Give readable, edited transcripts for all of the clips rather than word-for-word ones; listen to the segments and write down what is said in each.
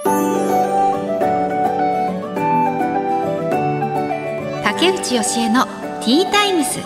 竹内義恵のティータイムス。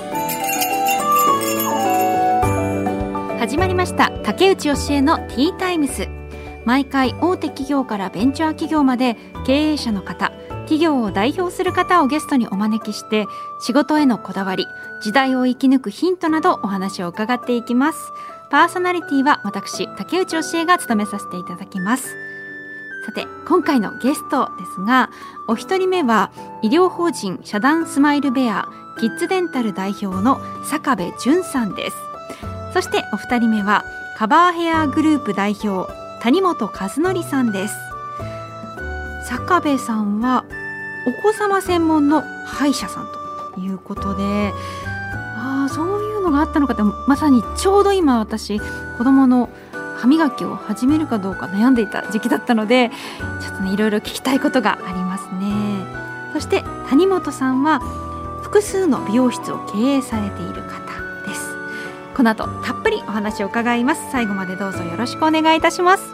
始まりました。竹内義恵のティータイムス。毎回大手企業からベンチャー企業まで経営者の方、企業を代表する方をゲストにお招きして、仕事へのこだわり、時代を生き抜くヒントなどお話を伺っていきます。パーソナリティは私竹内義恵が務めさせていただきます。さて、今回のゲストですが、お一人目は医療法人社団スマイルベアキッズデンタル代表の坂部淳さんです。そしてお二人目はカバーヘアグループ代表谷本和則さんです。坂部さんはお子様専門の歯医者さんということで、そういうのがあったのかって、まさにちょうど今私子供の歯磨きを始めるかどうか悩んでいた時期だったので、ちょっとねいろいろ聞きたいことがありますね。そして谷本さんは複数の美容室を経営されている方です。この後たっぷりお話を伺います。最後までどうぞよろしくお願いいたします。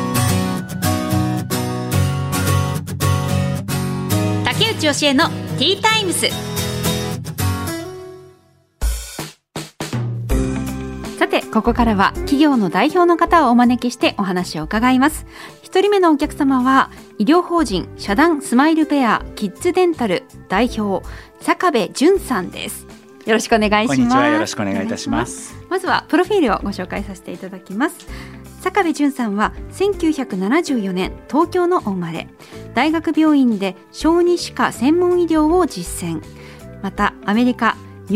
竹内義恵のティータイムス。さて、ここからは企業の代表の方をお招きしてお話を伺います。一人目のお客様は医療法人社団スマイルベアキッズデンタル代表坂部淳さんです。よろしくお願いします。 こんにちは、よろしくお願いいたします。 まずはプロフィールをご紹介させていただきます。坂部淳さんは1974年東京のお生まれ、大学病院で小児歯科専門医療を実践、またアメリカ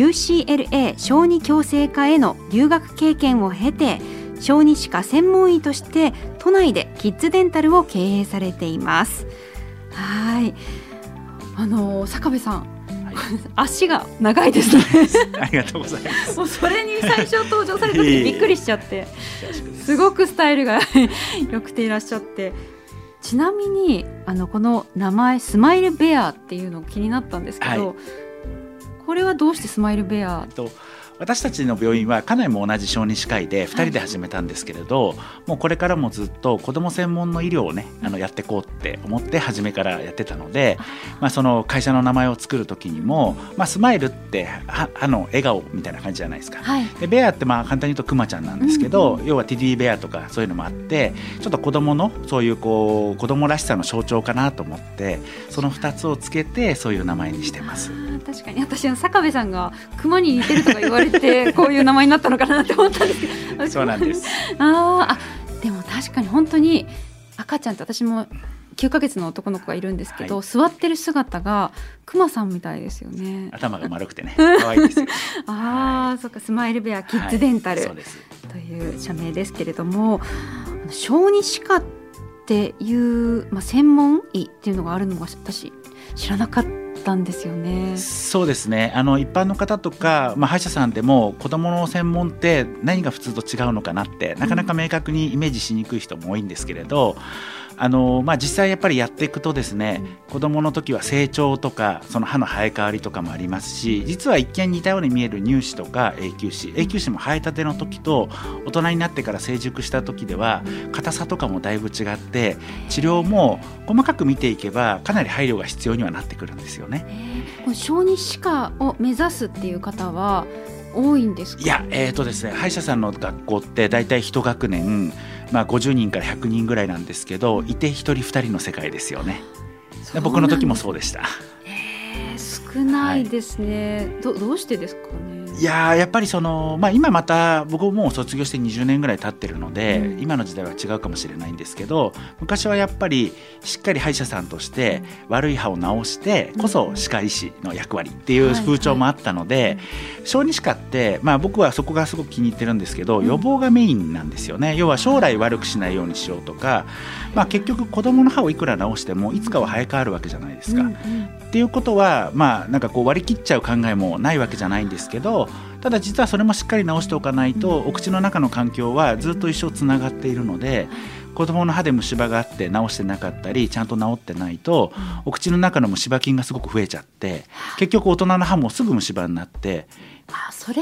UCLA 小児矯正科への留学経験を経て、小児歯科専門医として都内でキッズデンタルを経営されています。はい、坂部さん、足が長いですね。 ありがとうございます。 もうそれに最初登場された時にびっくりしちゃってすごくスタイルが良くていらっしゃって、ちなみにこの名前スマイルベアっていうの気になったんですけど、これはどうしてスマイルベア？ 私たちの病院は家内も同じ小児歯科医で2人で始めたんですけれど、もうこれからもずっと子ども専門の医療をねやっていこうって思って初めからやってたので、その会社の名前を作る時にも、スマイルって歯の笑顔みたいな感じじゃないですか、でベアって簡単に言うとクマちゃんなんですけど、要はテディベアとかそういうのもあって、ちょっと子どものそういう子どもらしさの象徴かなと思って、その2つをつけてそういう名前にしてます。 確かに私は坂部さんがクマに似てるとか言われてこういう名前になったのかなって思ったんですけどそうなんです。 でも確かに本当に赤ちゃんって、私も9ヶ月の男の子がいるんですけど、座ってる姿がクマさんみたいですよね。 頭が丸くてね可愛いですよ。 そうか、スマイルベアキッズデンタル、という社名ですけれども、小児歯科っていう、専門医っていうのがあるのが私知らなかったんですよね。 そうですね、一般の方とか、歯医者さんでも子どもの専門って何が普通と違うのかなってなかなか明確にイメージしにくい人も多いんですけれど、実際やっぱりやっていくとですね、子どもの時は成長とかその歯の生え変わりとかもありますし、実は一見似たように見える乳歯とか永久歯も生えたての時と大人になってから成熟した時では硬さとかもだいぶ違って、治療も細かく見ていけばかなり配慮が必要にはなってくるんですよね。 小児歯科を目指すっていう方は多いんですか？ いや、ですね、歯医者さんの学校ってだいたい1学年、50人から100人ぐらいなんですけど、いて1人2人の世界ですよね。僕の時もそうでした。 少ないですね、どうしてですかね？ いややっぱり今また僕もう卒業して20年ぐらい経ってるので、今の時代は違うかもしれないんですけど、昔はやっぱりしっかり歯医者さんとして悪い歯を治してこそ歯科医師の役割っていう風潮もあったので、小児歯科って、僕はそこがすごく気に入ってるんですけど、予防がメインなんですよね。要は将来悪くしないようにしようとか、結局子どもの歯をいくら治してもいつかは生え変わるわけじゃないですか、っていうことは割り切っちゃう考えもないわけじゃないんですけど、ただ実はそれもしっかり治しておかないと、お口の中の環境はずっと一生つながっているので、子どもの歯で虫歯があって治してなかったりちゃんと治ってないと、お口の中の虫歯菌がすごく増えちゃって、結局大人の歯もすぐ虫歯になって、 それっ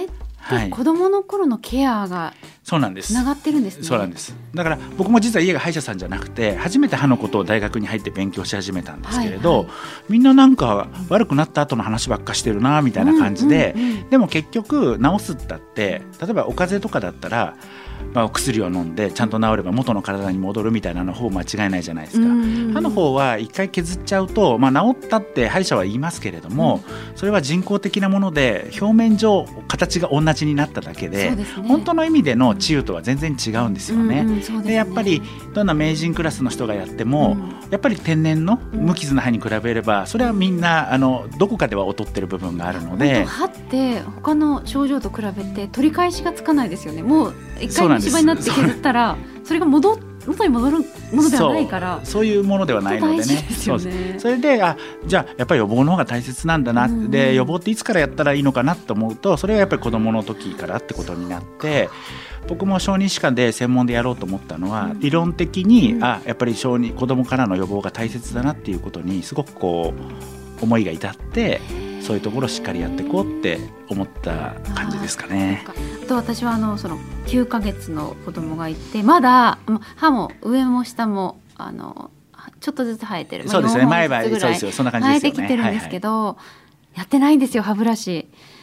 と子どもの頃のケアがそうなんです。 つながってるんですね。 そうなんです。だから僕も実は家が歯医者さんじゃなくて初めて歯のことを大学に入って勉強し始めたんですけれど、みんななんか悪くなった後の話ばっかしてるなみたいな感じで、でも結局治すったって例えばお風邪とかだったらお薬を飲んでちゃんと治れば元の体に戻るみたいなの方間違いないじゃないですか。歯の方は一回削っちゃうと、治ったって歯医者は言いますけれども、それは人工的なもので表面上形が同じになっただけで、本当の意味での治癒とは全然違うんですよね。でやっぱりどんな名人クラスの人がやっても、やっぱり天然の無傷な歯に比べればそれはみんなどこかでは劣ってる部分があるので、 歯って他の症状と比べて取り返しがつかないですよね。もう一回虫歯になって削ったらそれが元に戻るものではないから、 そういうものではないのでね。それでじゃあやっぱり予防の方が大切なんだな、で予防っていつからやったらいいのかなと思うと、それはやっぱり子どもの時からってことになって、僕も小児歯科で専門でやろうと思ったのは、理論的にやっぱり子どもからの予防が大切だなっていうことにすごく思いが至って、そういうところをしっかりやっていこうって思った感じですかね。 あと私はその9ヶ月の子供がいて、まだ歯も上も下もちょっとずつ生えてる、 そうですね、前歯そうですよ、そんな感じですよね。 生えてきてるんですけど、やってないんですよ歯ブラシ。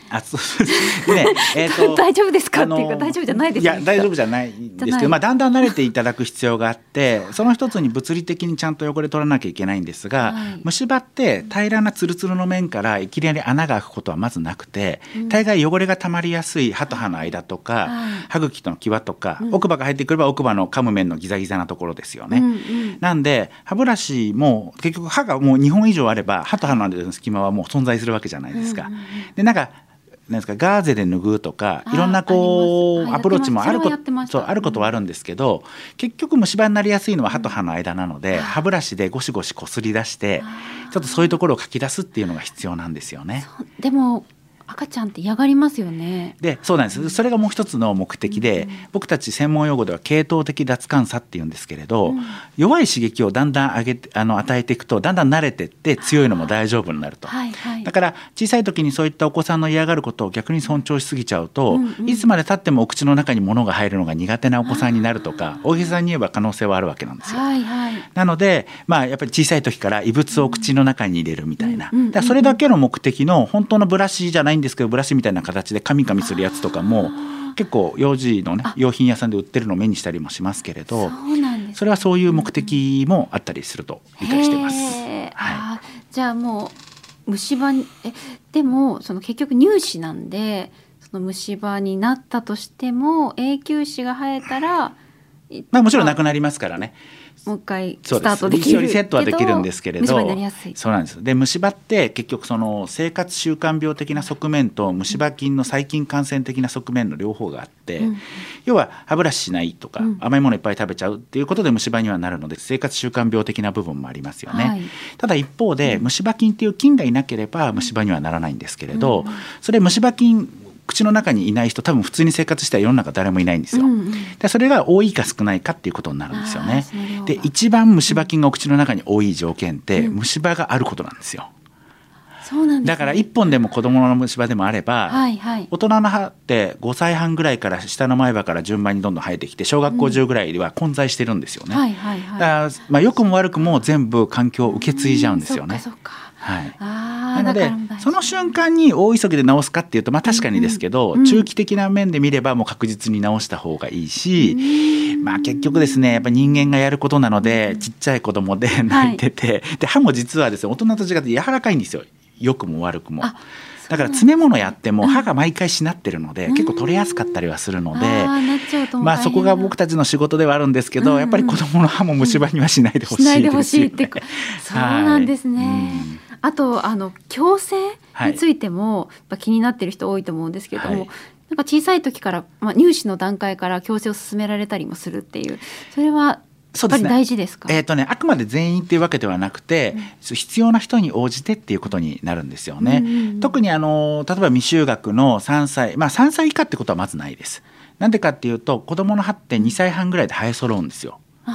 大丈夫ですかっていうか、大丈夫じゃないですよ。 いや大丈夫じゃないんですけど、だんだん慣れていただく必要があって、その一つに物理的にちゃんと汚れ取らなきゃいけないんですが、虫歯って平らなツルツルの面からいきなり穴が開くことはまずなくて、大概汚れがたまりやすい歯と歯の間とか、歯茎との際とか、奥歯が入ってくれば奥歯の噛む面のギザギザなところですよね。なんで歯ブラシも結局歯がもう2本以上あれば歯と歯の間の隙間はもう存在するわけじゃないですか。でなんですか、ガーゼで拭うとかいろんなアプローチもあることはあるんですけど、結局虫歯になりやすいのは歯と歯の間なので、歯ブラシでゴシゴシこすり出してちょっとそういうところをかき出すっていうのが必要なんですよね。 でも赤ちゃんって嫌がりますよね。 でそうなんです。それがもう一つの目的で、僕たち専門用語では系統的脱感差っていうんですけれど、弱い刺激をだんだん与えていくとだんだん慣れてって強いのも大丈夫になると。だから小さい時にそういったお子さんの嫌がることを逆に尊重しすぎちゃうと、いつまで経ってもお口の中に物が入るのが苦手なお子さんになるとか、大げさに言えば可能性はあるわけなんですよ。なのでやっぱり小さい時から異物を口の中に入れるみたいな、だからそれだけの目的の本当のブラシじゃないんですけど、ブラシみたいな形でカミカミするやつとかも結構幼児のね用品屋さんで売ってるのを目にしたりもしますけれど、それはそういう目的もあったりすると理解してます。 じゃあもう虫歯でも結局乳歯なんで、その虫歯になったとしても永久歯が生えたらもちろんなくなりますからね。 もう一回スタートできるけど、 リセットはできるんですけれど、 虫歯になりやすい。 そうなんです。で虫歯って結局その生活習慣病的な側面と虫歯菌の細菌感染的な側面の両方があって、要は歯ブラシしないとか、甘いものいっぱい食べちゃうっていうことで虫歯にはなるので、生活習慣病的な部分もありますよね。ただ一方で虫歯菌っていう菌がいなければ虫歯にはならないんですけれど、それ虫歯菌口の中にいない人、多分普通に生活したら世の中誰もいないんですよ。でそれが多いか少ないかっていうことになるんですよね。で一番虫歯菌がお口の中に多い条件って、虫歯があることなんですよ。 そうなんですね。 だから1本でも子供の虫歯でもあれば、大人の歯って5歳半ぐらいから下の前歯から順番にどんどん生えてきて、小学校中ぐらいでは混在してるんですよね。だから良くも悪くも全部環境を受け継いじゃうんですよね。なのでその瞬間に大急ぎで治すかっていうと、確かにですけど、中期的な面で見ればもう確実に治した方がいいし、結局ですね、やっぱ人間がやることなので、ちっちゃい子供で泣いてて、で歯も実はですね大人と違って柔らかいんですよ、良くも悪くも。だから詰め物やっても歯が毎回しなってるので、結構取れやすかったりはするので、そこが僕たちの仕事ではあるんですけど、やっぱり子供の歯も虫歯にはしないでほしいですよね。 そうなんですね。あと矯正についても気になってる人多いと思うんですけども、なんか小さい時から、乳歯の段階から矯正を進められたりもするっていう、それはやっぱり大事ですか？ あくまで全員っていうわけではなくて、必要な人に応じてっていうことになるんですよね。特に例えば未就学の3歳、3歳以下ってことはまずないです。なんでかっていうと、子どもの歯って2歳半ぐらいで生え揃うんですよ。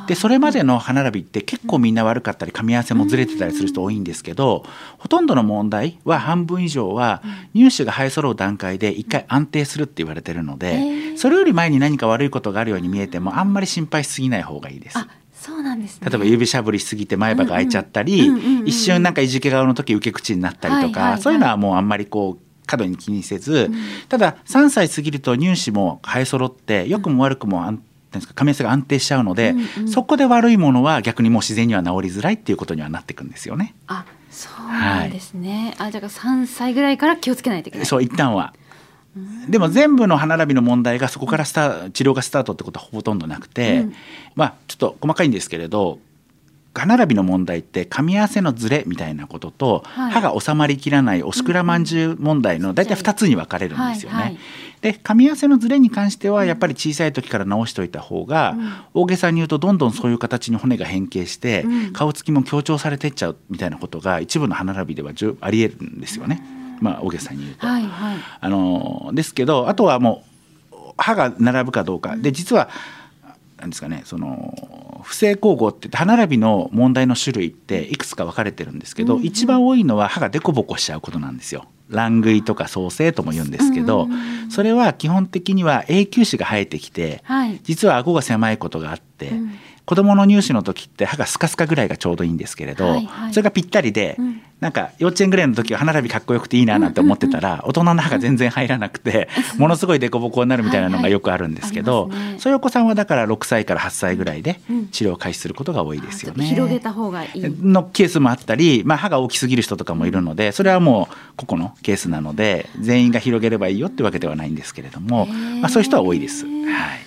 でそれまでの歯並びって結構みんな悪かったり噛み合わせもずれてたりする人多いんですけど、ほとんどの問題は半分以上は乳歯が生え揃う段階で一回安定するって言われてるので、それより前に何か悪いことがあるように見えてもあんまり心配しすぎない方がいいです。 そうなんですね。 例えば指しゃぶりしすぎて前歯が開いちゃったり、一瞬なんかいじけ顔の時受け口になったりとか、そういうのはもうあんまりこう過度に気にせず、ただ3歳過ぎると乳歯も生え揃って良くも悪くも噛み合わせが安定しちゃうので、そこで悪いものは逆にもう自然には治りづらいっていうことにはなっていくんですよね。 そうなんですね。じゃあ3歳ぐらいから気をつけないといけない。 そう、一旦は。でも全部の歯並びの問題がそこから治療がスタートってことはほとんどなくて、ちょっと細かいんですけれど、歯並びの問題って噛み合わせのズレみたいなことと、歯が収まりきらないおしくらまんじゅう問題の大体2つに分かれるんですよね。で噛み合わせのズレに関してはやっぱり小さい時から直しておいた方が、大げさに言うとどんどんそういう形に骨が変形して、顔つきも強調されていっちゃうみたいなことが一部の歯並びではありえるんですよね。大げさに言うと、ですけど、あとはもう歯が並ぶかどうかで、実はなんですかね、その不正咬合って言って歯並びの問題の種類っていくつか分かれてるんですけど、一番多いのは歯がデコボコしちゃうことなんですよ。乱食いとか創生とも言うんですけど、それは基本的には永久歯が生えてきて、実は顎が狭いことがあって、子どもの乳歯の時って歯がスカスカぐらいがちょうどいいんですけれど、それがぴったりで、なんか幼稚園ぐらいの時は歯並びかっこよくていいななんて思ってたら、大人の歯が全然入らなくてものすごいデコボコになるみたいなのがよくあるんですけど、そういうお子さんはだから6歳から8歳ぐらいで治療を開始することが多いですよね。 広げた方がいいのケースもあったり、歯が大きすぎる人とかもいるので、それはもう個々のケースなので全員が広げればいいよってわけではないんですけれども、そういう人は多いです。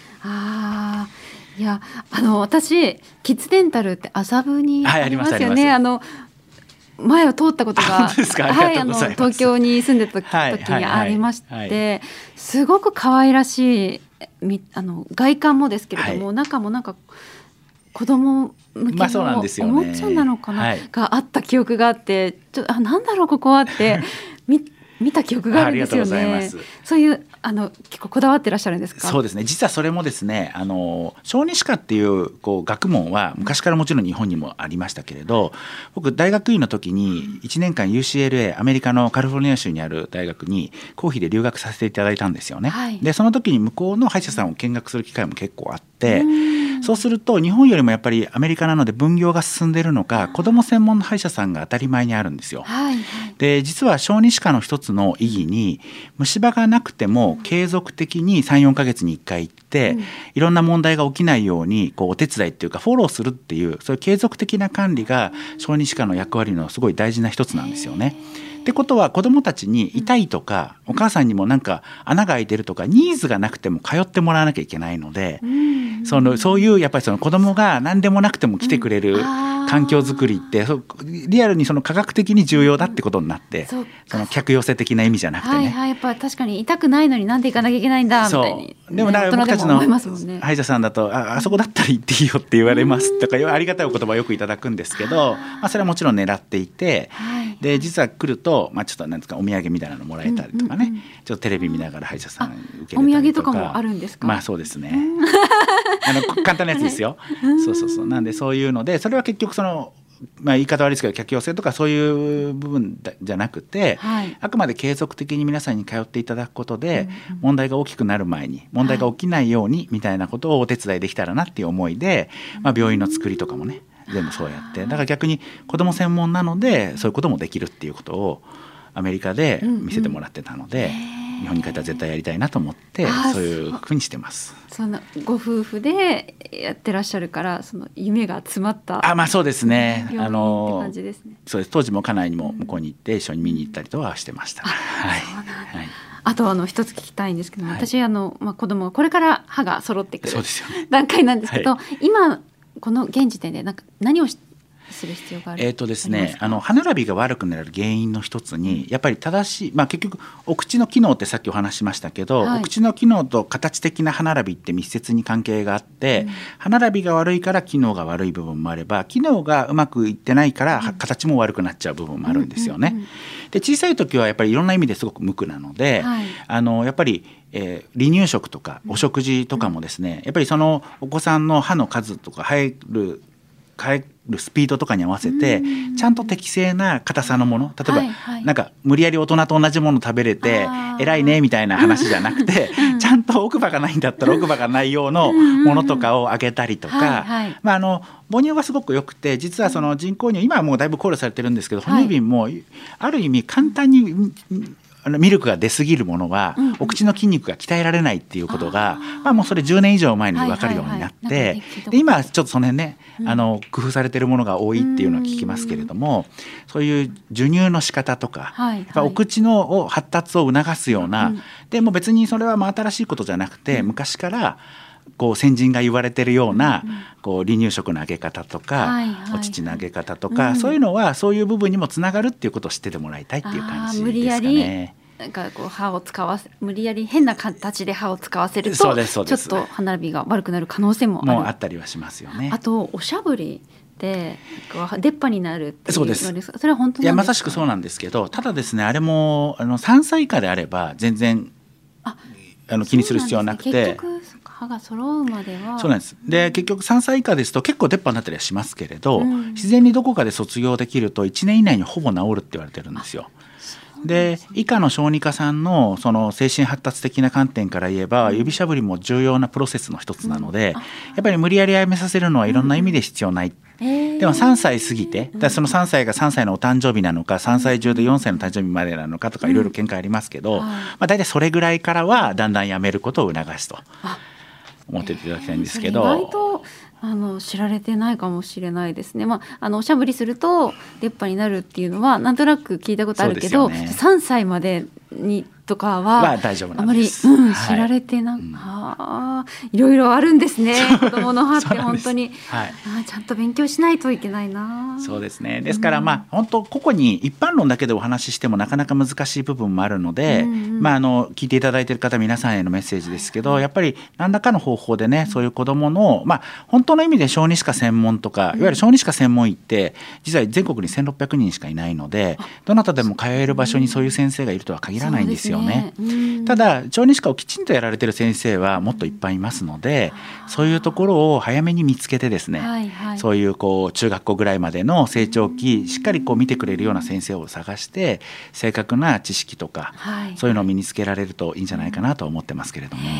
いや、私キッズデンタルって麻布にありますよね。前を通ったことが東京に住んでた時にありまして、すごく可愛らしい外観もですけれども、中もなんか子供向けのおもちゃなのかな、があった記憶があって、なんだろうここはって見た記憶があるんですよね。そういう結構こだわってらっしゃるんですか？ そうですね、実はそれもですね、小児歯科っていう学問は昔からもちろん日本にもありましたけれど、僕大学院の時に1年間 UCLA アメリカのカリフォルニア州にある大学に公費で留学させていただいたんですよね。でその時に向こうの歯医者さんを見学する機会も結構あって、そうすると日本よりもやっぱりアメリカなので分業が進んでいるのか、子ども専門の歯医者さんが当たり前にあるんですよ。で実は小児歯科の一つの意義に、虫歯がなくても継続的に 3,4 ヶ月に1回行って、いろんな問題が起きないようにお手伝いっていうかフォローするっていう、そういう継続的な管理が小児歯科の役割のすごい大事な一つなんですよね。ってことは子どもたちに痛いとか、お母さんにもなんか穴が開いてるとかニーズがなくても通ってもらわなきゃいけないので、そういうやっぱりその子どもが何でもなくても来てくれる環境づくりって、リアルにその科学的に重要だってことになって、その客寄せ的な意味じゃなくてね、 やっぱ確かに痛くないのになんで行かなきゃいけないんだみたいに、 でも僕たちの歯医者さんだと、あそこだったら行っていいよって言われますとかありがたいお言葉をよくいただくんですけど、それはもちろん狙っていて、で実は来ると、ちょっとなんですか、お土産みたいなのもらえたりとかね、ちょっとテレビ見ながら歯医者さん受けれたりとか。 お土産とかもあるんですか？ そうですね簡単なやつですよ。そうなんで、そういうので、それは結局その言い方悪いですけど客寄せとかそういう部分じゃなくて、あくまで継続的に皆さんに通っていただくことで、問題が大きくなる前に問題が起きないようにみたいなことをお手伝いできたらなっていう思いで、病院の作りとかもね全部そうやって、だから逆に子ども専門なのでそういうこともできるっていうことをアメリカで見せてもらってたので、日本に帰ったら絶対やりたいなと思って、そういうふうにしてます。 そのご夫婦でやってらっしゃるから、その夢が詰まったそうですね。 病院って感じですね。 そうです。当時も家内にも向こうに行って一緒に見に行ったりとはしてました。 あと一つ聞きたいんですけども、私子供がこれから歯が揃ってくるそうですよね、 段階なんですけど、今この現時点で何をする必要がある？ ですね、歯並びが悪くなる原因の一つにやっぱり正しい、結局お口の機能ってさっきお話しましたけど、お口の機能と形的な歯並びって密接に関係があって、歯並びが悪いから機能が悪い部分もあれば、機能がうまくいってないから形も悪くなっちゃう部分もあるんですよね。で小さい時はやっぱりいろんな意味ですごく無垢なので、やっぱり離乳食とかお食事とかもですね、やっぱりそのお子さんの歯の数とか生えるスピードとかに合わせてちゃんと適正な硬さのもの、例えば、なんか無理やり大人と同じもの食べれて偉いねみたいな話じゃなくて、ちゃんと奥歯がないんだったら奥歯がない用のものとかをあげたりとか、母乳がすごく良くて、実はその人工乳今はもうだいぶ考慮されてるんですけど、哺乳瓶もある意味簡単にミルクが出過ぎるものは、お口の筋肉が鍛えられないっていうことが、もうそれ10年以上前に分かるようになって、で今はちょっとその辺ね、工夫されてるものが多いっていうのは聞きますけれども、そういう授乳の仕方とか、やっぱお口の発達を促すような、でも別にそれは新しいことじゃなくて、昔からこう先人が言われてるようなこう離乳食のあげ方とか、お乳のあげ方とか、そういうのはそういう部分にもつながるっていうことを知っててもらいたいっていう感じですかね。 なんかこう歯を使わせ無理やり変な形で歯を使わせるとちょっと歯並びが悪くなる可能性もあったりはしますよね。 あとおしゃぶりで出っ歯になるっていうのですか？それは本当なんですか？ いやまさしくそうなんですけど、ただですね、あれも3歳以下であれば全然気にする必要はなくて、 結局歯が揃うまではそうなんです。で結局3歳以下ですと結構出っ歯になったりはしますけれど、自然にどこかで卒業できると1年以内にほぼ治るって言われてるんですよ。で以下の小児科さんのその精神発達的な観点から言えば、指しゃぶりも重要なプロセスの一つなので、やっぱり無理やりやめさせるのはいろんな意味で必要ない。でも3歳過ぎて、その3歳が3歳のお誕生日なのか、3歳中で4歳の誕生日までなのかとかいろいろ見解ありますけど、だいたいそれぐらいからはだんだんやめることを促すと思っていただきたいんですけど、 意外と知られてないかもしれないですね。おしゃぶりすると出っ歯になるっていうのはなんとなく聞いたことあるけど、3歳までにとかは大丈夫あまり、 なんです。 知られていろいろあるんですね。子供の歯って本当にちゃんと勉強しないといけないな。 そうですね。ですから本当個々に一般論だけでお話ししてもなかなか難しい部分もあるので、聞いていただいている方皆さんへのメッセージですけど、やっぱり何らかの方法でね、そういう子供の本当の意味で小児歯科専門とか、いわゆる小児歯科専門医って実は全国に1600人しかいないので、どなたでも通える場所にそういう先生がいるとは限らないんですよね。ただ小児歯科をきちんとやられてる先生はもっといっぱいいますので、そういうところを早めに見つけてですね、そういう中学校ぐらいまでの成長期しっかり見てくれるような先生を探して正確な知識とか、そういうのを身につけられるといいんじゃないかなと思ってますけれども、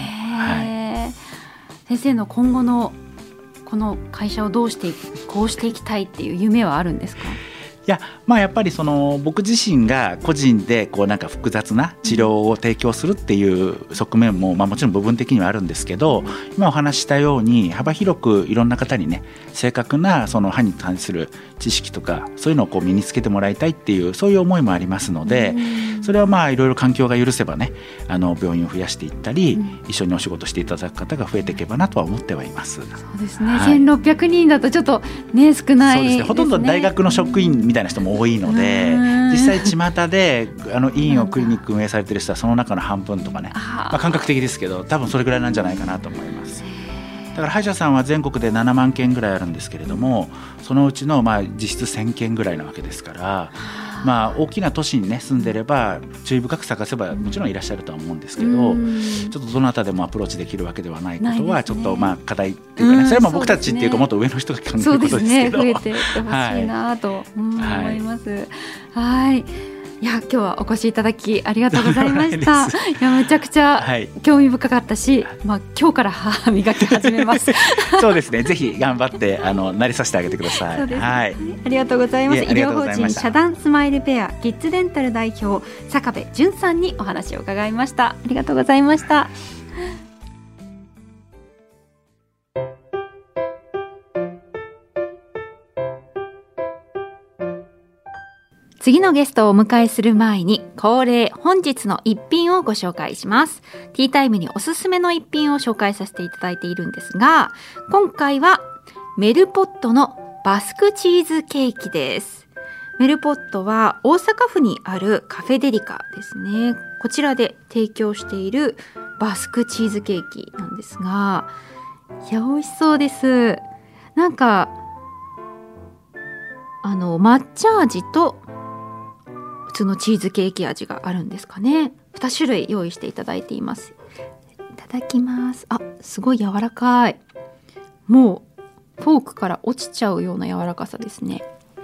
先生の今後のこの会社をこうしていきたいっていう夢はあるんですか？ いややっぱり僕自身が個人でなんか複雑な治療を提供するっていう側面も、もちろん部分的にはあるんですけど、今お話ししたように幅広くいろんな方にね、正確なその歯に関する知識とかそういうのを身につけてもらいたいっていう、そういう思いもありますので、それはいろいろ環境が許せばね、病院を増やしていったり、一緒にお仕事していただく方が増えていけばなとは思ってはいます。 そうですね、1600人だとちょっとね少ないですね。 ほとんど大学の職員みたいな人も多いので、実際巷で医院をクリニック運営されてる人はその中の半分とかね、感覚的ですけど多分それぐらいなんじゃないかなと思います。だから歯医者さんは全国で7万件ぐらいあるんですけれども、そのうちの実質1000件ぐらいなわけですから、大きな都市にね住んでれば注意深く探せばもちろんいらっしゃるとは思うんですけど、ちょっとどなたでもアプローチできるわけではないことはちょっと課題っていうかね、それは僕たちっていうかもっと上の人が考えることですけど、 増えていってほしいなと思います。いや今日はお越しいただきありがとうございました。いやめちゃくちゃ興味深かったし、今日から歯磨き始めますそうですね、ぜひ頑張って慣れさせてあげてください。 そうですね、ありがとうございます。医療法人社団スマイルペアキッズデンタル代表坂部淳さんにお話を伺いました。ありがとうございました。次のゲストをお迎えする前に恒例本日の一品をご紹介します。ティータイムにおすすめの一品を紹介させていただいているんですが、今回はメルポットのバスクチーズケーキです。メルポットは大阪府にあるカフェデリカですね。こちらで提供しているバスクチーズケーキなんですが、いや美味しそうです。なんか抹茶味と普通のチーズケーキ味があるんですかね。2種類用意していただいています。いただきます。すごい柔らかい。もうフォークから落ちちゃうような柔らかさですね。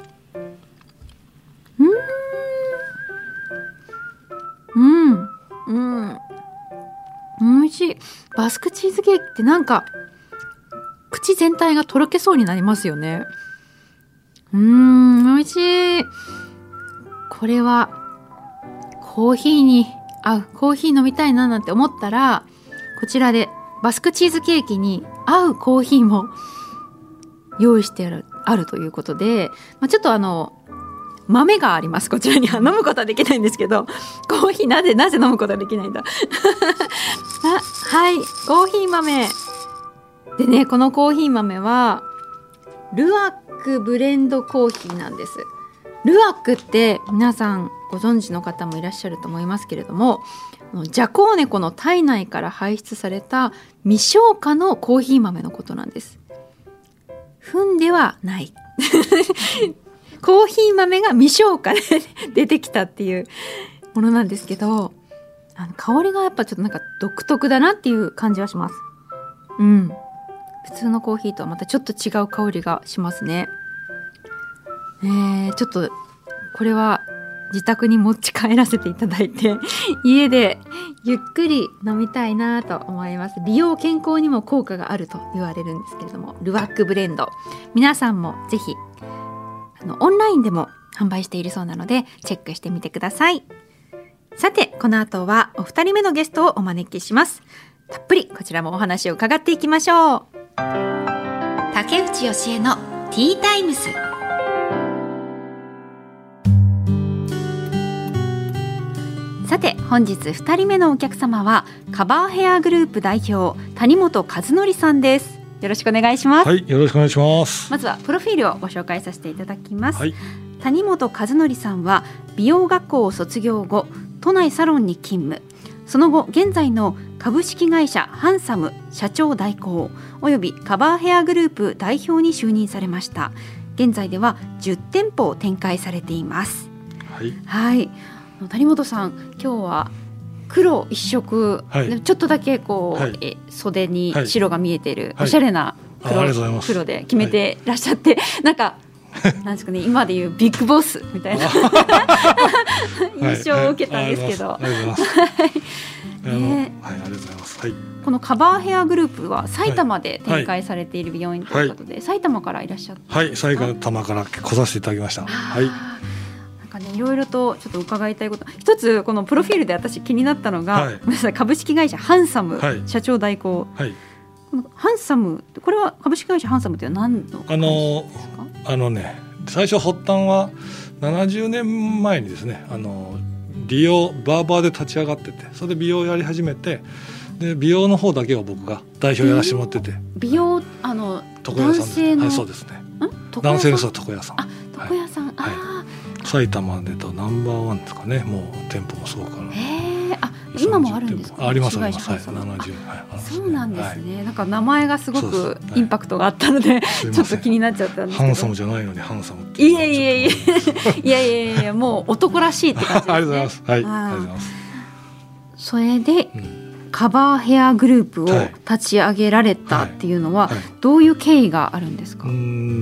美味しい。バスクチーズケーキってなんか口全体がとろけそうになりますよね。美味しい。これはコーヒーに合う。コーヒー飲みたいななんて思ったら、こちらでバスクチーズケーキに合うコーヒーも用意してあるということで、ちょっと豆があります。こちらには飲むことはできないんですけど、コーヒーなぜ飲むことはできないんだはい、コーヒー豆でね、このコーヒー豆はルアックブレンドコーヒーなんです。ルアックって皆さんご存知の方もいらっしゃると思いますけれども、ジャコウネコの体内から排出された未消化のコーヒー豆のことなんです。糞ではないコーヒー豆が未消化で出てきたっていうものなんですけど、香りがやっぱちょっとなんか独特だなっていう感じはします。普通のコーヒーとはまたちょっと違う香りがしますね。ちょっとこれは自宅に持ち帰らせていただいて家でゆっくり飲みたいなと思います。美容健康にも効果があると言われるんですけれども、ルアックブレンド、皆さんもぜひオンラインでも販売しているそうなのでチェックしてみてください。さて、この後はお二人目のゲストをお招きします。たっぷりこちらもお話を伺っていきましょう。竹内義恵のティータイムス。さて、本日2人目のお客様はカバーヘアグループ代表谷本和則さんです。よろしくお願いします。 はい、よろしくお願いします。 まずはプロフィールをご紹介させていただきます。谷本和則さんは美容学校を卒業後、都内サロンに勤務。その後、現在の株式会社ハンサム社長代行およびカバーヘアグループ代表に就任されました。現在では10店舗を展開されています。はい、谷本さん、今日は黒一色、ちょっとだけ袖に白が見えている、おしゃれな 黒で決めてらっしゃって、なんかなんですかね、今でいうビッグボスみたいな印象を受けたんですけど、このカバーヘアグループは埼玉で展開されている美容院ということで、埼玉からいらっしゃった。 埼玉から来させていただきました。 いろいろとちょっと伺いたいこと、一つこのプロフィールで私気になったのが、株式会社ハンサム社長代行、このハンサム、これは株式会社ハンサムというのは何の会社ですか？ 最初発端は70年前にですね、美容バーバーで立ち上がってて、それで美容をやり始めて、で美容の方だけを僕が代表やらせてもらってて、 美容男性の、 そうですね、男性の床屋さん、 床屋さん、 埼玉でとナンバーワンですかね。もう店舗もすごく今もあるんですか？ あります。 70、そうなんですね。なんか名前がすごくインパクトがあったので、ちょっと気になっちゃったんですけど。 ハンサムじゃないのにハンサムって。 いやもう男らしいって感じですね。 ありがとうございます。ありがとうございます。 それで、カバーヘアグループを立ち上げられたっていうのは、どういう経緯があるんですか？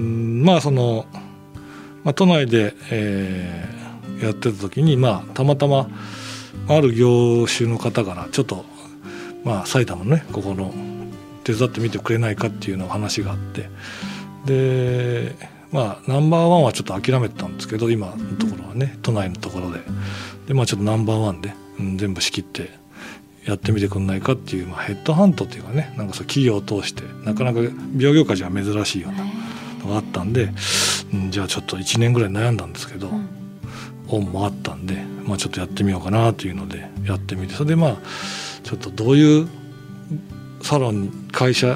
都内で、やってた時に、たまたまある業種の方からちょっと、埼玉のね、ここの手伝ってみてくれないかっていうの話があって、でナンバーワンはちょっと諦めてたんですけど、今のところはね、都内のところでちょっとナンバーワンで、全部仕切ってやってみてくれないかっていう、ヘッドハントっていうかね、なんかそう企業を通してなかなか美容業界じゃ珍しいようなのがあったんで、じゃあちょっと1年ぐらい悩んだんですけど、恩もあったんで、ちょっとやってみようかなというのでやってみて、それでちょっとどういうサロン会社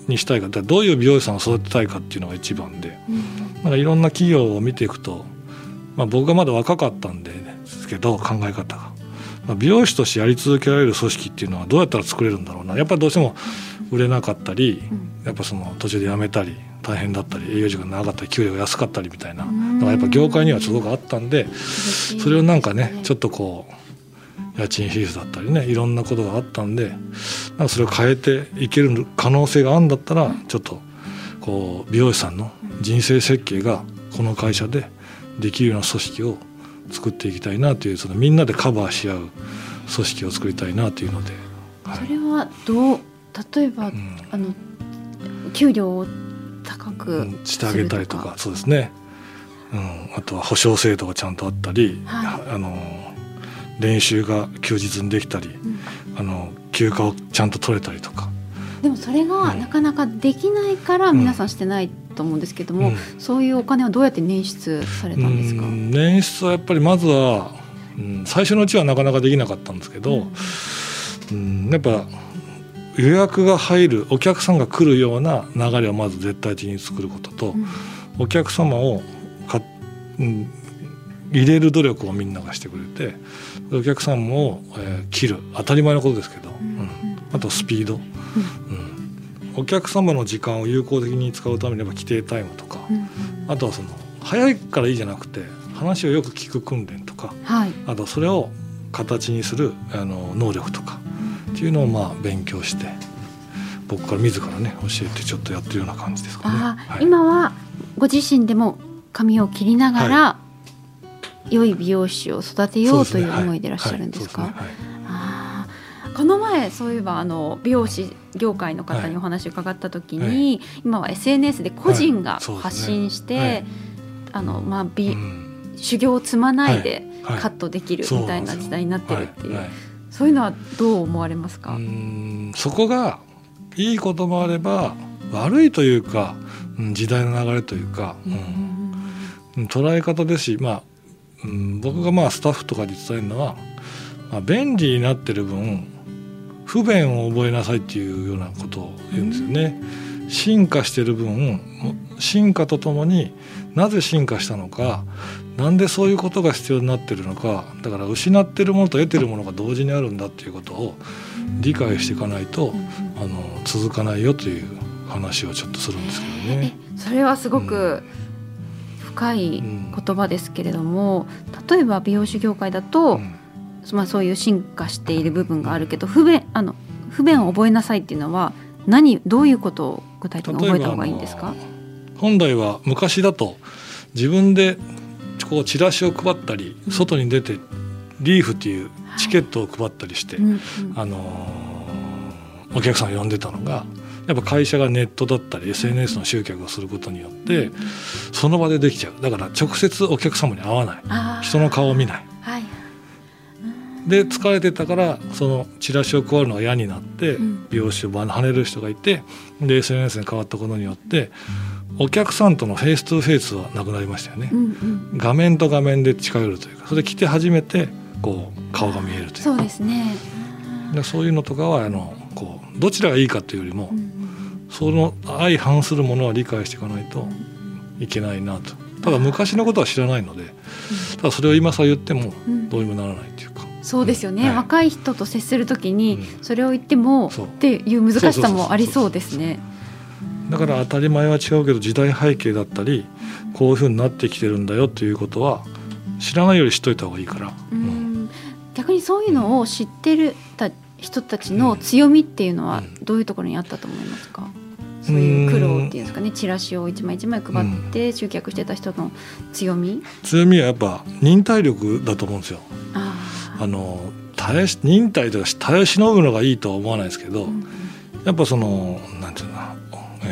にしたいか、どういう美容師さんを育てたいかっていうのが一番で、なんかいろんな企業を見ていくと、僕がまだ若かったんですけど、考え方が、美容師としてやり続けられる組織っていうのはどうやったら作れるんだろうな。やっぱりどうしても売れなかったり、やっぱその途中で辞めたり大変だったり営業時間長かったり給料が安かったりみたいなのがやっぱ業界にはすごくあったんで、それをなんかねちょっとこう家賃比率だったりね、いろんなことがあったんで、なんかそれを変えていける可能性があるんだったら、ちょっとこう美容師さんの人生設計がこの会社でできるような組織を作っていきたいなという、そのみんなでカバーし合う組織を作りたいなというので、 それは例えば、給料を高くしてあげたりとか、そうですね、あとは保証制度がちゃんとあったり、練習が休日にできたり、休暇をちゃんと取れたりとか。 でもそれがなかなかできないから皆さんしてないと思うんですけども、そういうお金はどうやって捻出されたんですか？ 捻出はやっぱりまずは、最初のうちはなかなかできなかったんですけど、やっぱ予約が入るお客さんが来るような流れをまず絶対的に作ることと、お客様を入れる努力をみんながしてくれて、お客さんを、切る、当たり前のことですけど、あとスピード、お客様の時間を有効的に使うためにやっぱ規定タイムとか、あとはその早いからいいじゃなくて話をよく聞く訓練とか、あとそれを形にする能力とかっていうのを勉強して、僕から自らね教えてちょっとやってるような感じですかね。 今はご自身でも髪を切りながら、良い美容師を育てようという思いでいらっしゃるんですか？この前そういえば美容師業界の方にお話を伺った時に、今は SNS で個人が発信して、修行を積まないでカットできるみたいな時代になってるっていう、そういうのはどう思われますか？ そこがいいこともあれば悪いというか、時代の流れというか、捉え方ですし、僕がスタッフとかに伝えるのは、便利になってる分不便を覚えなさいっていうようなことを言うんですよね。進化してる分、進化とともになぜ進化したのか、なんでそういうことが必要になってるのか、だから失ってるものと得てるものが同時にあるんだっていうことを理解していかないと続かないよという話をちょっとするんですけどね。 それはすごく深い言葉ですけれども、例えば美容師業界だと、そういう進化している部分があるけど、不便を覚えなさいっていうのはどういうことを具体的に覚えた方がいいんですか？ 本来は昔だと自分でこうチラシを配ったり、外に出てリーフっていうチケットを配ったりして、お客さんを呼んでたのが、やっぱ会社がネットだったり SNS の集客をすることによってその場でできちゃう。だから直接お客様に会わない、人の顔を見ない、で疲れてたからそのチラシを配るのが嫌になって、美容師を跳ねる人がいて、で SNS に変わったことによってお客さんとのフェイストゥフェイスはなくなりましたよね。画面と画面で近寄るというか、それで来て初めてこう顔が見えるというか、 そうですね。 そういうのとかはこうどちらがいいかというよりも、その相反するものは理解していかないといけないなと。ただ昔のことは知らないので、ただそれを今更言ってもどうにもならないというか、 そうですよね、若い人と接するときにそれを言ってもっていう難しさもありそうですね。 だから当たり前は違うけど時代背景だったりこういうふうになってきてるんだよということは知らないより知っといた方がいいから、 逆にそういうのを知ってる人たちの強みっていうのはどういうところにあったと思いますか？そういう苦労っていうんですかね、チラシを一枚一枚配って集客してた人の強みはやっぱ忍耐力だと思うんですよ。忍耐とか耐え忍ぶのがいいとは思わないですけど、やっぱそのなんていうのかな、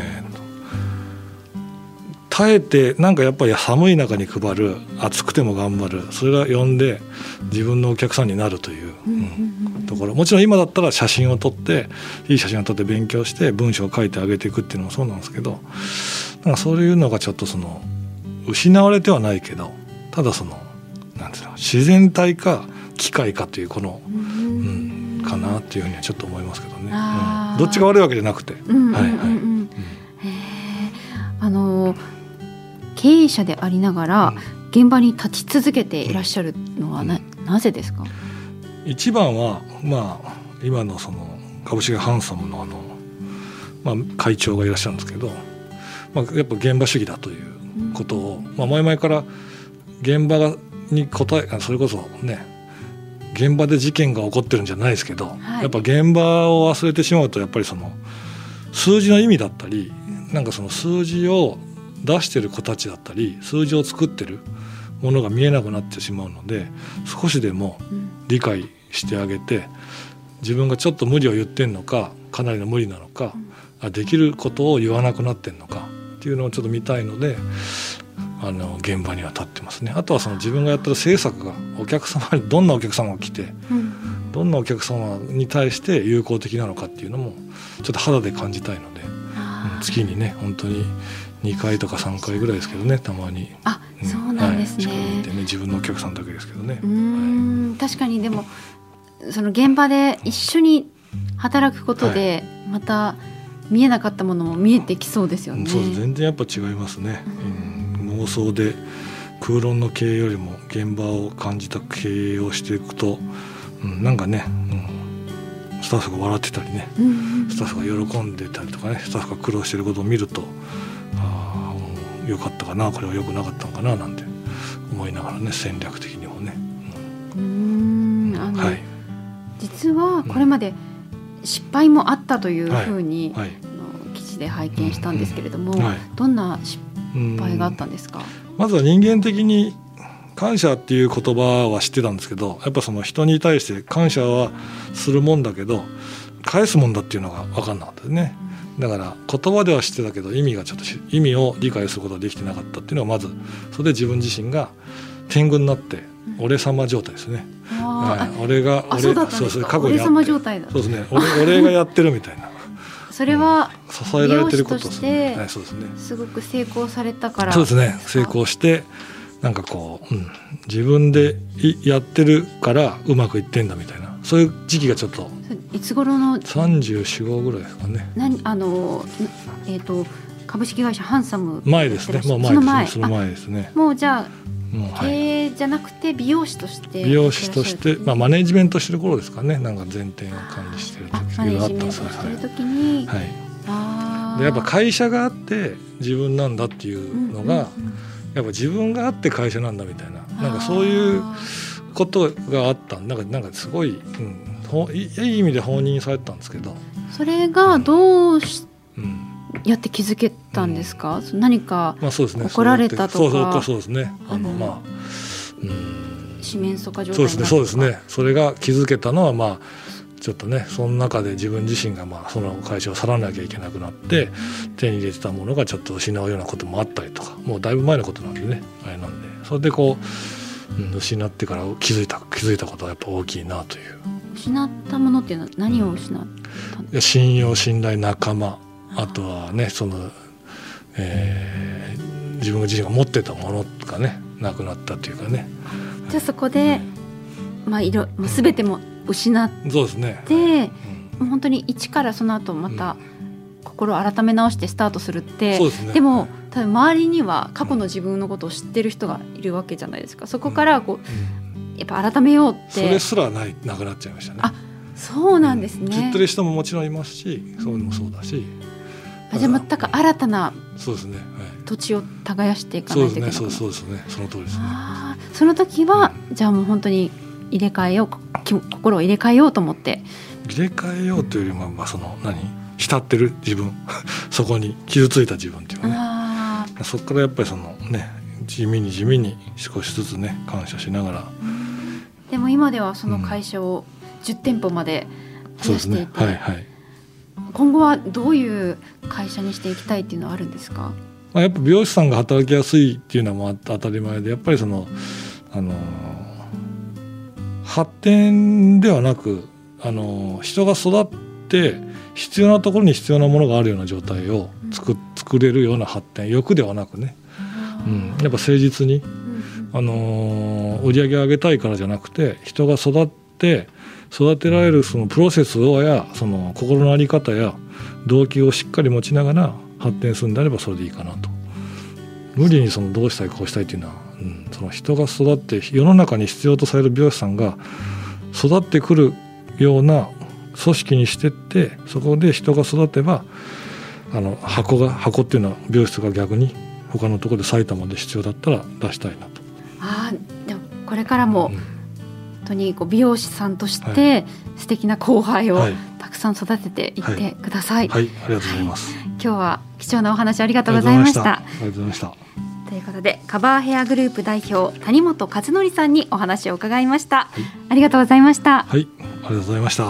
耐えてなんかやっぱり寒い中に配る、暑くても頑張る、それが呼んで自分のお客さんになるという、ところ。もちろん今だったら写真を撮っていい写真を撮って勉強して文章を書いてあげていくっていうのもそうなんですけど、なんかそういうのがちょっと失われてはないけど、ただなんていうの、自然体か機械かというこの、かなっていうふうにはちょっと思いますけどね。どっちが悪いわけじゃなくて、 経営者でありながら、現場に立ち続けていらっしゃるのは なぜですか？ 一番は、今のその株式ハンサムの会長がいらっしゃるんですけど、やっぱ現場主義だということを、前々から現場にそれこそね、現場で事件が起こってるんじゃないですけど、やっぱ現場を忘れてしまうと、やっぱりその数字の意味だったり、なんかその数字を出してる子たちだったり、数字を作ってるものが見えなくなってしまうので、少しでも理解してあげて、自分がちょっと無理を言ってんのか、かなりの無理なのか、できることを言わなくなってんのかっていうのをちょっと見たいので、現場には立ってますね。あとはその自分がやってる制作がお客様にどんなお客様が来て、どんなお客様に対して有効的なのかっていうのもちょっと肌で感じたいので、月にね本当に2回とか3回ぐらいですけどね、たまに。 そうなんですね。 見てね、自分のお客さんだけですけどね。 確かに。でもその現場で一緒に働くことで、また見えなかったものも見えてきそうですよね。 そうです、全然やっぱ違いますね。妄想で空論の経営よりも現場を感じた経営をしていくと、なんかね、スタッフが笑ってたりね、スタッフが喜んでたりとかね、スタッフが苦労していることを見ると、良かったかな、これは良くなかったのかななんて思いながらね、戦略的にもね。 実はこれまで失敗もあったというふうに、記事で拝見したんですけれども、どんな失敗があったんですか？ まずは人間的に感謝っていう言葉は知ってたんですけど、やっぱその人に対して感謝はするもんだけど返すもんだっていうのが分かんなかったですね。だから言葉では知ってたけど意味を理解することができてなかったっていうのはまず、それで自分自身が天狗になって俺様状態ですね。俺がそうだったんですか？俺様状態だ。 そうですね。俺がやってるみたいな。 それは支えられてることとして、 そうですね。 すごく成功されたから。 そうですね。成功してなんかこう、自分でやってるからうまくいってんだみたいな、そういう時期がちょっと。 いつ頃の 34、5ぐらいですかね。 株式会社ハンサム前ですね。もう前ですね。その前ですね。 もうじゃあ経営じゃなくて美容師として、 マネジメントしてる頃ですかね。なんか全店を管理してる時があったんです。 マネジメントしてる時に、 でやっぱ会社があって自分なんだっていうのが、やっぱ自分があって会社なんだみたいな、なんかそういうことがあったん。なんかすごい、いい意味で放任されてたんですけど、 それがどうやって気づけたんですか？何か怒られたとか。 そうですね。 四面楚歌状態になったとか。 そうですね。それが気づけたのはちょっとね、その中で自分自身がその会社を去らなきゃいけなくなって、手に入れてたものがちょっと失うようなこともあったりとか、もうだいぶ前のことなんでね、あれなんで、それでこう、失ってから気づいたことはやっぱ大きいなという。 失ったものっていうのは何を失ったんですか？ 信用、信頼、仲間、あとはね、その、自分自身が持ってたものとかね、なくなったというかね。 じゃあそこで、全ても失って、 そうですね。 もう本当に一からその後また心を改め直してスタートするって、 そうですね。 でも多分周りには過去の自分のことを知ってる人がいるわけじゃないですか。そこからやっぱ改めようって。 それすらなくなっちゃいましたね。 そうなんですね。 知ってる人ももちろんいますし、そういうのもそうだし。 じゃあ全く新たなそうですね。 土地を耕していかないといけない。 そうですね。その通りですね。 その時は、じゃあもう本当に心を入れ替えようと思って。 入れ替えようというよりも、浸ってる自分そこに傷ついた自分っていうかね、そこからやっぱりそのね、地味に少しずつね、感謝しながら。 でも今ではその会社を10店舗まで増やしていて、今後はどういう会社にしていきたいっていうのはあるんですか？ やっぱ美容師さんが働きやすいっていうのは当たり前で、やっぱりその発展ではなく、人が育って必要なところに必要なものがあるような状態を作れるような発展、欲ではなくね、やっぱ誠実に、売り上げを上げたいからじゃなくて、人が育てられるそのプロセスやその心の在り方や動機をしっかり持ちながら発展するんであればそれでいいかなと無理にそのどうしたいこうしたいっていうのは、その人が育って世の中に必要とされる美容師さんが育ってくるような組織にしてって、そこで人が育てば箱っていうのは美容室が逆に他のところで埼玉で必要だったら出したいなと。 でもこれからも、本当に美容師さんとして素敵な後輩をたくさん育てていってください。 はい、ありがとうございます。 今日は貴重なお話ありがとうございました。 ありがとうございました。 ということでカバーヘアグループ代表谷本和則さんにお話を伺いました。ありがとうございました。 はい、ありがとうございました。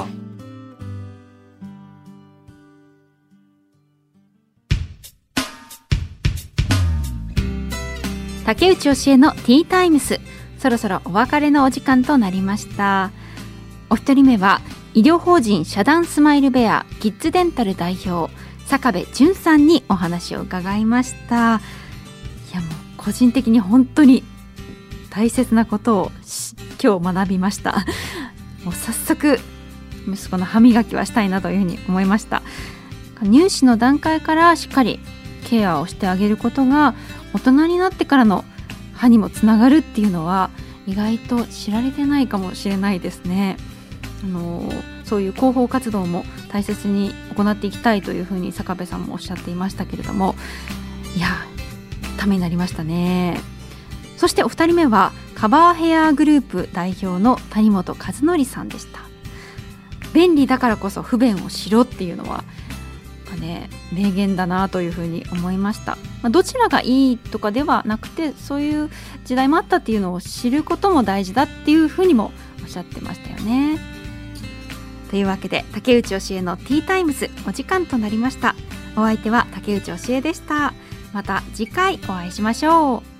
竹内教えのティータイムス、そろそろお別れのお時間となりました。お一人目は医療法人社団スマイルベアキッズデンタル代表坂部淳さんにお話を伺いました。いや、もう個人的に本当に大切なことを今日学びました。もう早速息子の歯磨きはしたいなというふうに思いました。乳歯の段階からしっかりケアをしてあげることが大人になってからの歯にもつながるっていうのは意外と知られてないかもしれないですね。そういう広報活動も大切に行っていきたいというふうに坂部さんもおっしゃっていましたけれども、いや、ためになりましたね。そしてお二人目はカバーヘアグループ代表の谷本和則さんでした。便利だからこそ不便をしろっていうのは名言だなというふうに思いました。どちらがいいとかではなくて、そういう時代もあったっていうのを知ることも大事だっていうふうにもおっしゃってましたよね。というわけで竹内教えのティータイムス、お時間となりました。お相手は竹内教えでした。また次回お会いしましょう。